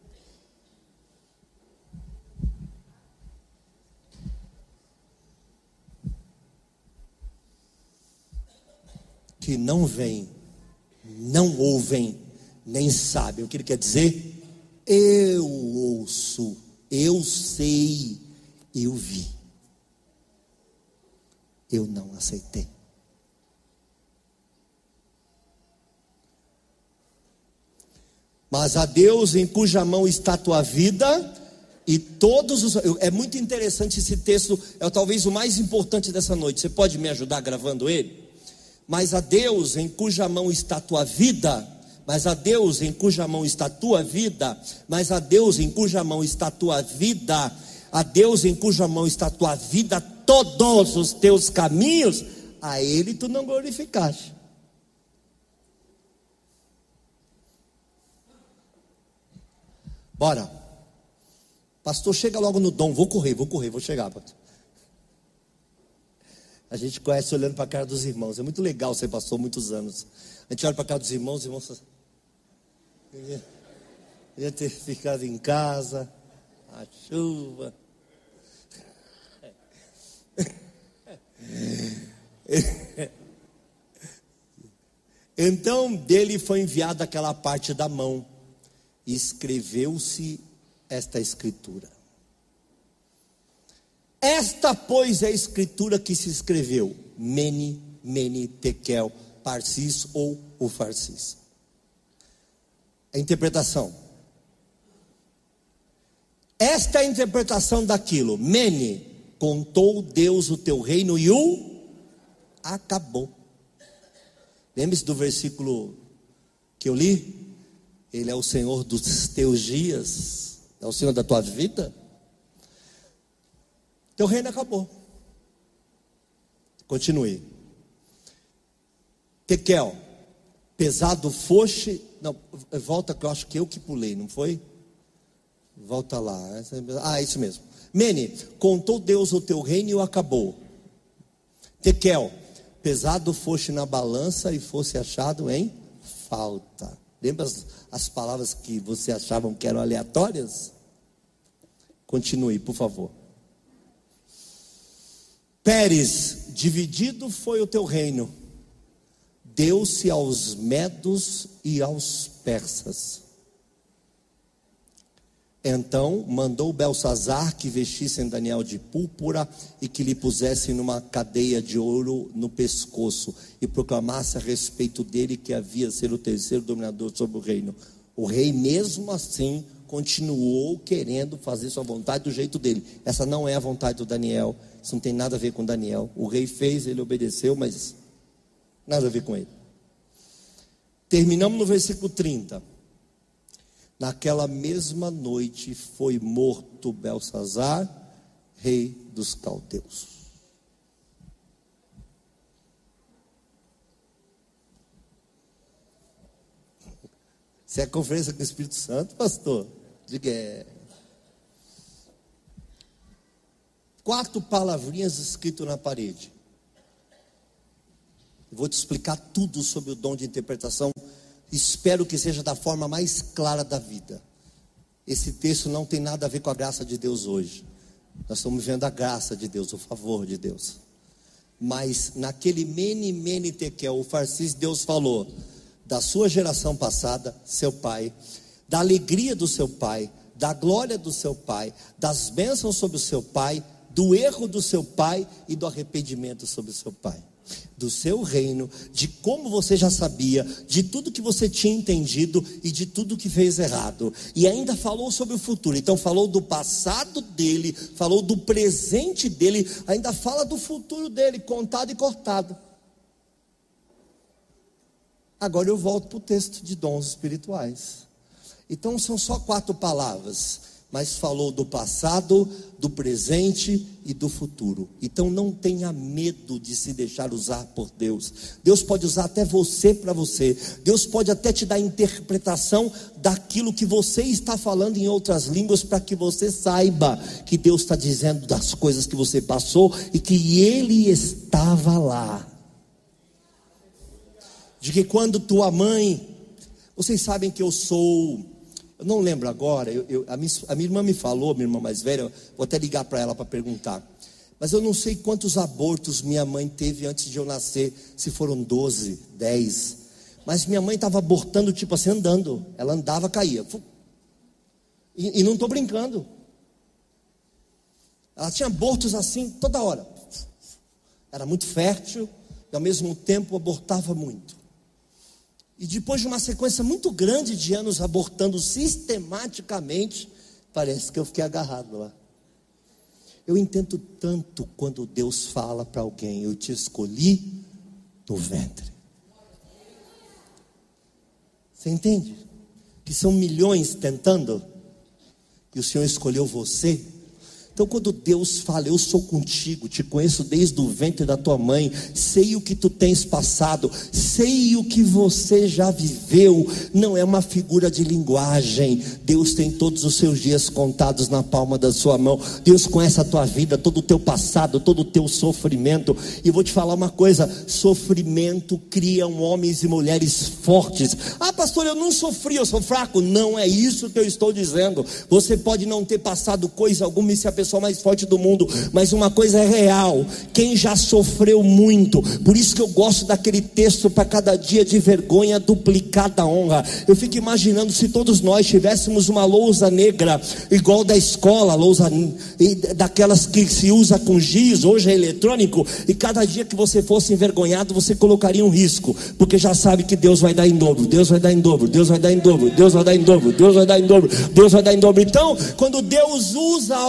S2: Que não vem, não ouvem, nem sabem. O que ele quer dizer? Eu ouço, eu sei, eu vi. Eu não aceitei. Mas a Deus em cuja mão está a tua vida, e todos os... É muito interessante esse texto, é talvez o mais importante dessa noite. Você pode me ajudar gravando ele? Mas a Deus em cuja mão está a tua vida, mas a Deus em cuja mão está a tua vida, mas a Deus em cuja mão está a tua vida, a Deus em cuja mão está a tua vida, todos os teus caminhos, a Ele tu não glorificaste. Bora, pastor, chega logo no dom. Vou correr, vou correr, vou chegar, pastor. A gente conhece olhando para a cara dos irmãos. É muito legal ser pastor muitos anos. A gente olha para a cara dos irmãos, os irmãos podia ter ficado em casa, a chuva. Então dele foi enviada aquela parte da mão, e escreveu-se esta escritura. Esta, pois, é a escritura que se escreveu: Mene, Mene, Tekel, Parsis ou Ufarsis. A interpretação. Esta é a interpretação daquilo. Mene, contou Deus o teu reino e o acabou. Lembre-se do versículo que eu li? Ele é o Senhor dos teus dias, é o Senhor da tua vida. Teu reino acabou. Continue. Tekel, pesado foste. Não, volta que eu acho que eu que pulei, não foi? Volta lá. Ah, isso mesmo. Mene, contou Deus o teu reino e o acabou. Tekel, pesado foste na balança e fosse achado em falta. Lembra as, as palavras que você achavam que eram aleatórias? Continue, por favor. Pérez, dividido foi o teu reino, deu-se aos medos e aos persas. Então mandou Belsazar que vestissem Daniel de púrpura e que lhe pusessem numa cadeia de ouro no pescoço e proclamasse a respeito dele que havia de ser o terceiro dominador sobre o reino. O rei mesmo assim continuou querendo fazer sua vontade do jeito dele. Essa não é a vontade do Daniel, isso não tem nada a ver com Daniel. O rei fez, ele obedeceu, mas nada a ver com ele. Terminamos no versículo trinta. Naquela mesma noite foi morto Belsazar, rei dos caldeus. Isso é a conferência com o Espírito Santo, pastor? Diga é. Quatro palavrinhas escritas na parede. Eu vou te explicar tudo sobre o dom de interpretação. Espero que seja da forma mais clara da vida. Esse texto não tem nada a ver com a graça de Deus hoje. Nós estamos vendo a graça de Deus, o favor de Deus. Mas naquele Mene, Mene, Tekel, o farsis, Deus falou da sua geração passada, seu pai, da alegria do seu pai, da glória do seu pai, das bênçãos sobre o seu pai, do erro do seu pai e do arrependimento sobre o seu pai. Do seu reino, de como você já sabia, de tudo que você tinha entendido e de tudo que fez errado. E ainda falou sobre o futuro. Então falou do passado dele, falou do presente dele, ainda fala do futuro dele, contado e cortado. Agora eu volto para o texto de dons espirituais. Então são só quatro palavras, mas falou do passado, do presente e do futuro. Então não tenha medo de se deixar usar por Deus. Deus pode usar até você para você. Deus pode até te dar interpretação daquilo que você está falando em outras línguas, para que você saiba que Deus está dizendo das coisas que você passou e que Ele estava lá. De que quando tua mãe, vocês sabem que eu sou... Eu não lembro agora, eu, eu, a, minha, a minha irmã me falou, minha irmã mais velha, vou até ligar para ela para perguntar. Mas eu não sei quantos abortos minha mãe teve antes de eu nascer, se foram doze, dez. Mas minha mãe estava abortando tipo assim, andando. Ela andava, caía. E, e não estou brincando. Ela tinha abortos assim toda hora. Era muito fértil e ao mesmo tempo abortava muito. E depois de uma sequência muito grande de anos abortando sistematicamente, parece que eu fiquei agarrado lá. Eu entendo tanto quando Deus fala para alguém: eu te escolhi do ventre. Você entende? Que são milhões tentando, e o Senhor escolheu você. Então quando Deus fala, eu sou contigo, te conheço desde o ventre da tua mãe, sei o que tu tens passado, sei o que você já viveu, não é uma figura de linguagem. Deus tem todos os seus dias contados na palma da sua mão. Deus conhece a tua vida, todo o teu passado, todo o teu sofrimento. E vou te falar uma coisa: sofrimento cria homens e mulheres fortes. Ah, pastor, eu não sofri, eu sou fraco. Não é isso que eu estou dizendo. Você pode não ter passado coisa alguma e ser a pessoa mais forte do mundo, mas uma coisa é real: quem já sofreu muito. Por isso que eu gosto daquele texto: para cada dia de vergonha duplicada a honra. Eu fico imaginando se todos nós tivéssemos uma lousa negra igual da escola, lousa daquelas que se usa com giz, hoje é eletrônico, e cada dia que você fosse envergonhado, você colocaria um risco, porque já sabe que Deus vai dar em dobro, Deus vai dar em dobro, Deus vai dar em dobro, Deus vai dar em dobro, Deus vai dar em dobro, Deus vai dar em dobro. Então, quando Deus usa alguém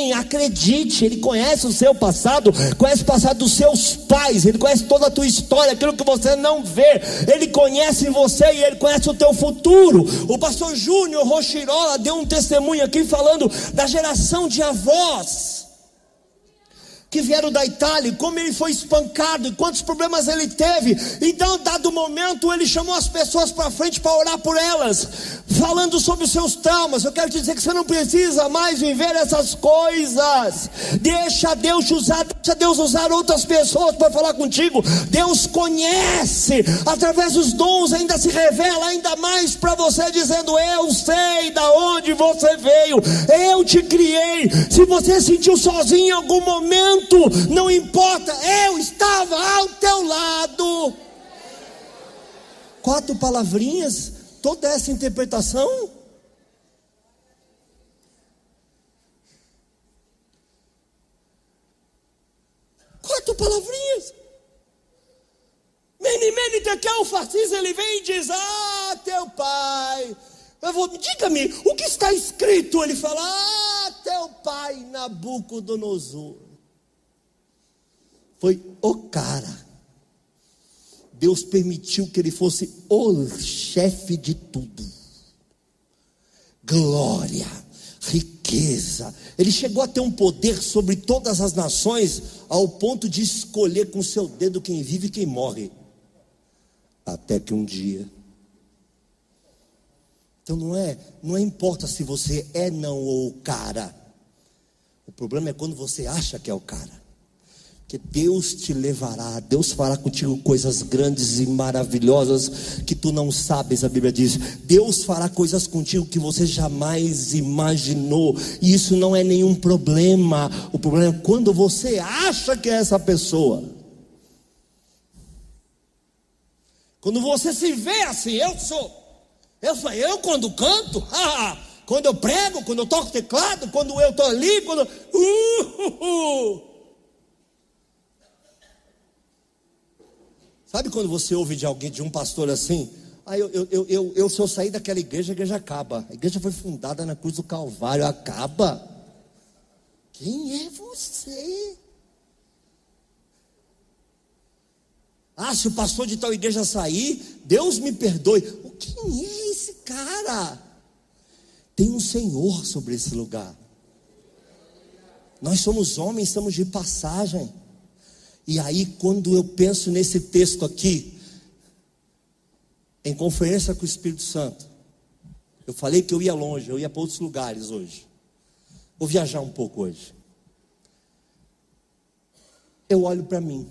S2: tem, acredite, Ele conhece o seu passado, conhece o passado dos seus pais, Ele conhece toda a tua história, aquilo que você não vê, Ele conhece você e Ele conhece o teu futuro. O pastor Júnior Rochirola deu um testemunho aqui falando da geração de avós que vieram da Itália, como ele foi espancado e quantos problemas ele teve. Então, dado momento, ele chamou as pessoas para frente para orar por elas, falando sobre os seus traumas. Eu quero te dizer que você não precisa mais viver essas coisas. Deixa Deus te usar, deixa Deus usar outras pessoas para falar contigo. Deus conhece, através dos dons ainda se revela ainda mais para você, dizendo: eu sei da onde você veio, eu te criei. Se você se sentiu sozinho em algum momento, não importa, eu estava ao teu lado. Quatro palavrinhas, toda essa interpretação. Quatro palavrinhas. Mene, mene, tekel, farcis, ele vem e diz: ah, teu pai. Eu vou, diga-me, o que está escrito? Ele fala: ah, teu pai Nabucodonosor. Foi o cara. Deus permitiu que ele fosse o chefe de tudo. Glória, riqueza. Ele chegou a ter um poder sobre todas as nações, ao ponto de escolher com seu dedo quem vive e quem morre. Até que um dia. Então não é, não importa se você é não ou o cara. O problema é quando você acha que é o cara. Que Deus te levará, Deus fará contigo coisas grandes e maravilhosas que tu não sabes. A Bíblia diz: Deus fará coisas contigo que você jamais imaginou. E isso não é nenhum problema. O problema é quando você acha que é essa pessoa. Quando você se vê assim: eu sou, eu sou eu quando canto, quando eu prego, quando eu toco teclado, quando eu estou ali, quando uh, uh, uh. Sabe quando você ouve de alguém, de um pastor assim: ah, eu, eu, eu, eu, eu se eu sair daquela igreja, a igreja acaba. A igreja foi fundada na cruz do Calvário. Acaba? Quem é você? Ah, se o pastor de tal igreja sair, Deus me perdoe. Quem é esse cara? Tem um Senhor sobre esse lugar. Nós somos homens, estamos de passagem. E aí, quando eu penso nesse texto aqui, em conferência com o Espírito Santo, eu falei que eu ia longe, eu ia para outros lugares hoje. Vou viajar um pouco hoje. Eu olho para mim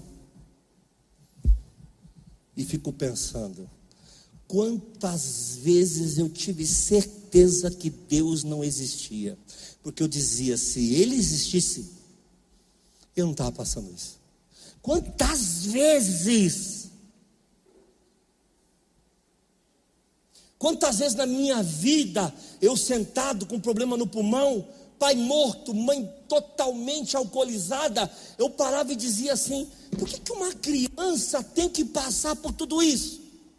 S2: e fico pensando: quantas vezes eu tive certeza que Deus não existia, porque eu dizia, se Ele existisse, eu não estava passando isso. Quantas vezes, quantas vezes na minha vida, eu sentado com problema no pulmão, pai morto, mãe totalmente alcoolizada, eu parava e dizia assim: por que que uma criança tem que passar por tudo isso?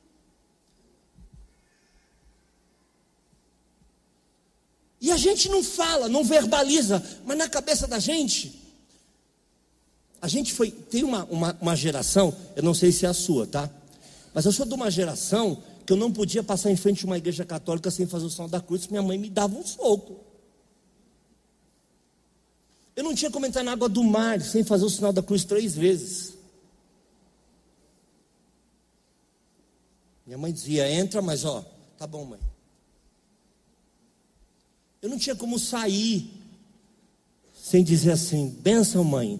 S2: E a gente não fala, não verbaliza, mas na cabeça da gente, a gente foi, tem uma, uma, uma geração, eu não sei se é a sua, tá? Mas eu sou de uma geração que eu não podia passar em frente a uma igreja católica sem fazer o sinal da cruz, minha mãe me dava um soco. Eu não tinha como entrar na água do mar sem fazer o sinal da cruz três vezes. Minha mãe dizia: entra, mas ó, tá bom, mãe. Eu não tinha como sair sem dizer assim: bênção, mãe.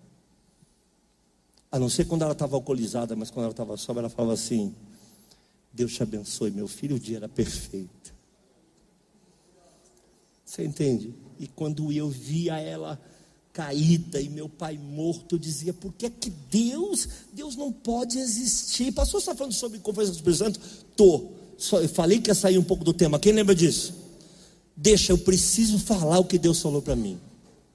S2: A não ser quando ela estava alcoolizada, mas quando ela estava sóbria, ela falava assim: Deus te abençoe, meu filho, o dia era perfeito. Você entende? E quando eu via ela caída e meu pai morto, eu dizia: por que é que Deus, Deus não pode existir? Pastor, você está falando sobre conferência do Espírito Santo? Estou. Eu falei que ia sair um pouco do tema. Quem lembra disso? Deixa, eu preciso falar o que Deus falou para mim.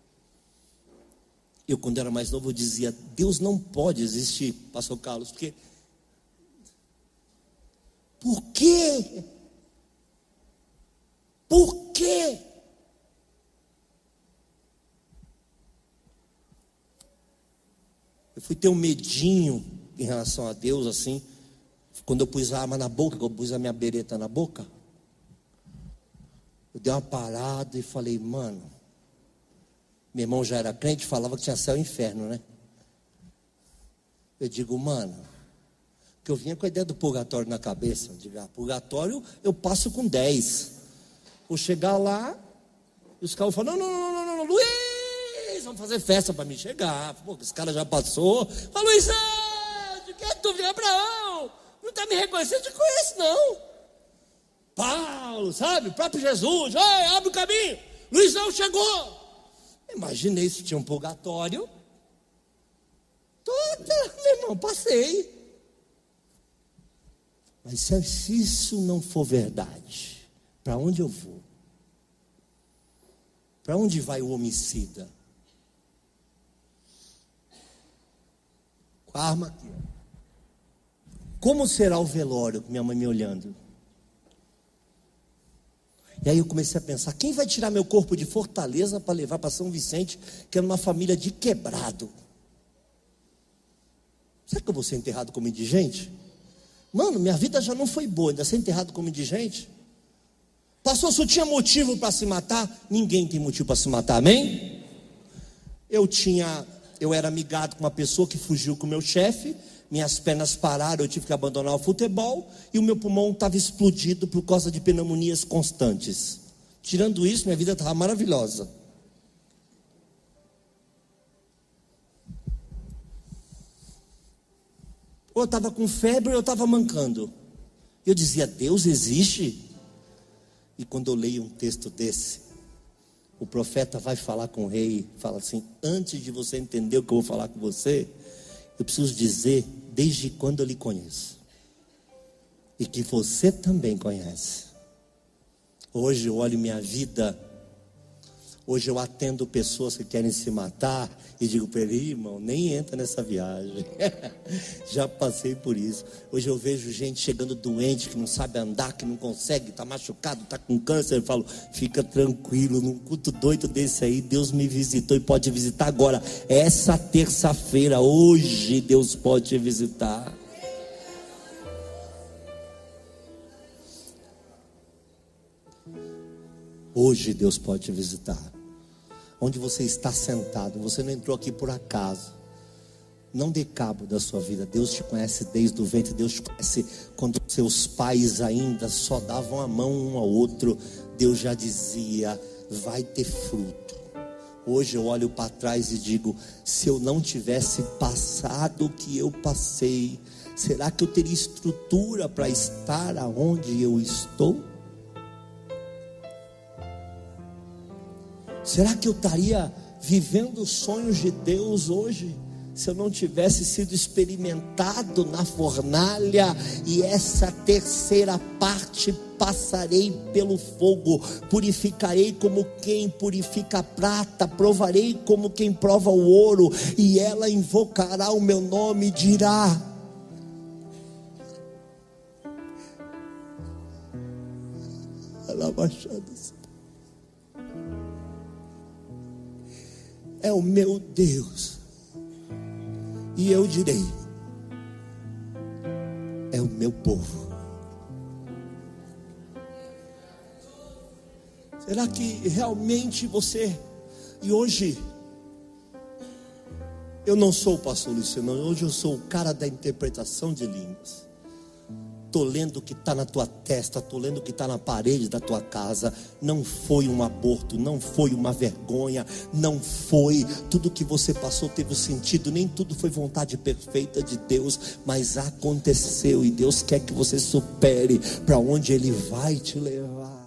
S2: Eu, quando era mais novo, eu dizia: Deus não pode existir, pastor Carlos, porque... Por quê? Por quê? fui ter um medinho em relação a Deus, assim, quando eu pus a arma na boca, quando eu pus a minha bereta na boca, eu dei uma parada e falei, mano, meu irmão já era crente, falava que tinha céu e inferno, né? Eu digo, mano, que eu vinha com a ideia do purgatório na cabeça. Eu digo, ah, purgatório eu passo com dez. Vou chegar lá, e os caras falam, não, não, não, não, não, não, Luiz, vamos fazer festa para mim chegar. Pô, esse cara já passou. Fala, Luizão, de que tu vem, Abraão? Não está me reconhecendo? Eu te conheço, não. Paulo, sabe? O próprio Jesus, oi, abre o caminho. Luizão chegou. Imaginei se tinha um purgatório. Toda, meu irmão, passei. Mas se isso não for verdade, para onde eu vou? Para onde vai o homicida? Com a arma aqui. Como será o velório? Minha mãe me olhando. E aí eu comecei a pensar, quem vai tirar meu corpo de Fortaleza para levar para São Vicente, que é numa família de quebrado? Será que eu vou ser enterrado como indigente? Mano, minha vida já não foi boa, ainda ser enterrado como indigente? Pastor, se eu tinha motivo para se matar? Ninguém tem motivo para se matar, amém? Eu tinha, eu era amigado com uma pessoa que fugiu com o meu chefe, minhas pernas pararam, eu tive que abandonar o futebol, e o meu pulmão estava explodido por causa de pneumonias constantes. Tirando isso, minha vida estava maravilhosa. Ou eu estava com febre, ou eu estava mancando. Eu dizia, Deus existe? E quando eu leio um texto desse, o profeta vai falar com o rei, fala assim, antes de você entender o que eu vou falar com você, eu preciso dizer desde quando eu lhe conheço. E que você também conhece. Hoje eu olho minha vida, hoje eu atendo pessoas que querem se matar e digo para ele, irmão, nem entra nessa viagem. Já passei por isso. Hoje eu vejo gente chegando doente, que não sabe andar, que não consegue, está machucado, está com câncer. Eu falo, fica tranquilo, num culto doido desse aí, Deus me visitou e pode visitar agora. Essa terça-feira, hoje, Deus pode te visitar. Hoje Deus pode te visitar. Onde você está sentado, você não entrou aqui por acaso. Não dê cabo da sua vida. Deus te conhece desde o ventre. Deus te conhece quando seus pais ainda só davam a mão um ao outro. Deus já dizia, vai ter fruto. Hoje eu olho para trás e digo, se eu não tivesse passado o que eu passei, será que eu teria estrutura para estar aonde eu estou? Será que eu estaria vivendo os sonhos de Deus hoje, se eu não tivesse sido experimentado na fornalha? E essa terceira parte passarei pelo fogo, purificarei como quem purifica a prata, provarei como quem prova o ouro, e ela invocará o meu nome e dirá, alabaxadas, é o meu Deus. E eu direi, é o meu povo. Será que realmente você, e hoje, eu não sou o pastor Luciano, hoje eu sou o cara da interpretação de línguas. Estou lendo o que está na tua testa, estou lendo o que está na parede da tua casa. Não foi um aborto, não foi uma vergonha, não foi. Tudo que você passou teve sentido, nem tudo foi vontade perfeita de Deus, mas aconteceu, e Deus quer que você supere para onde Ele vai te levar.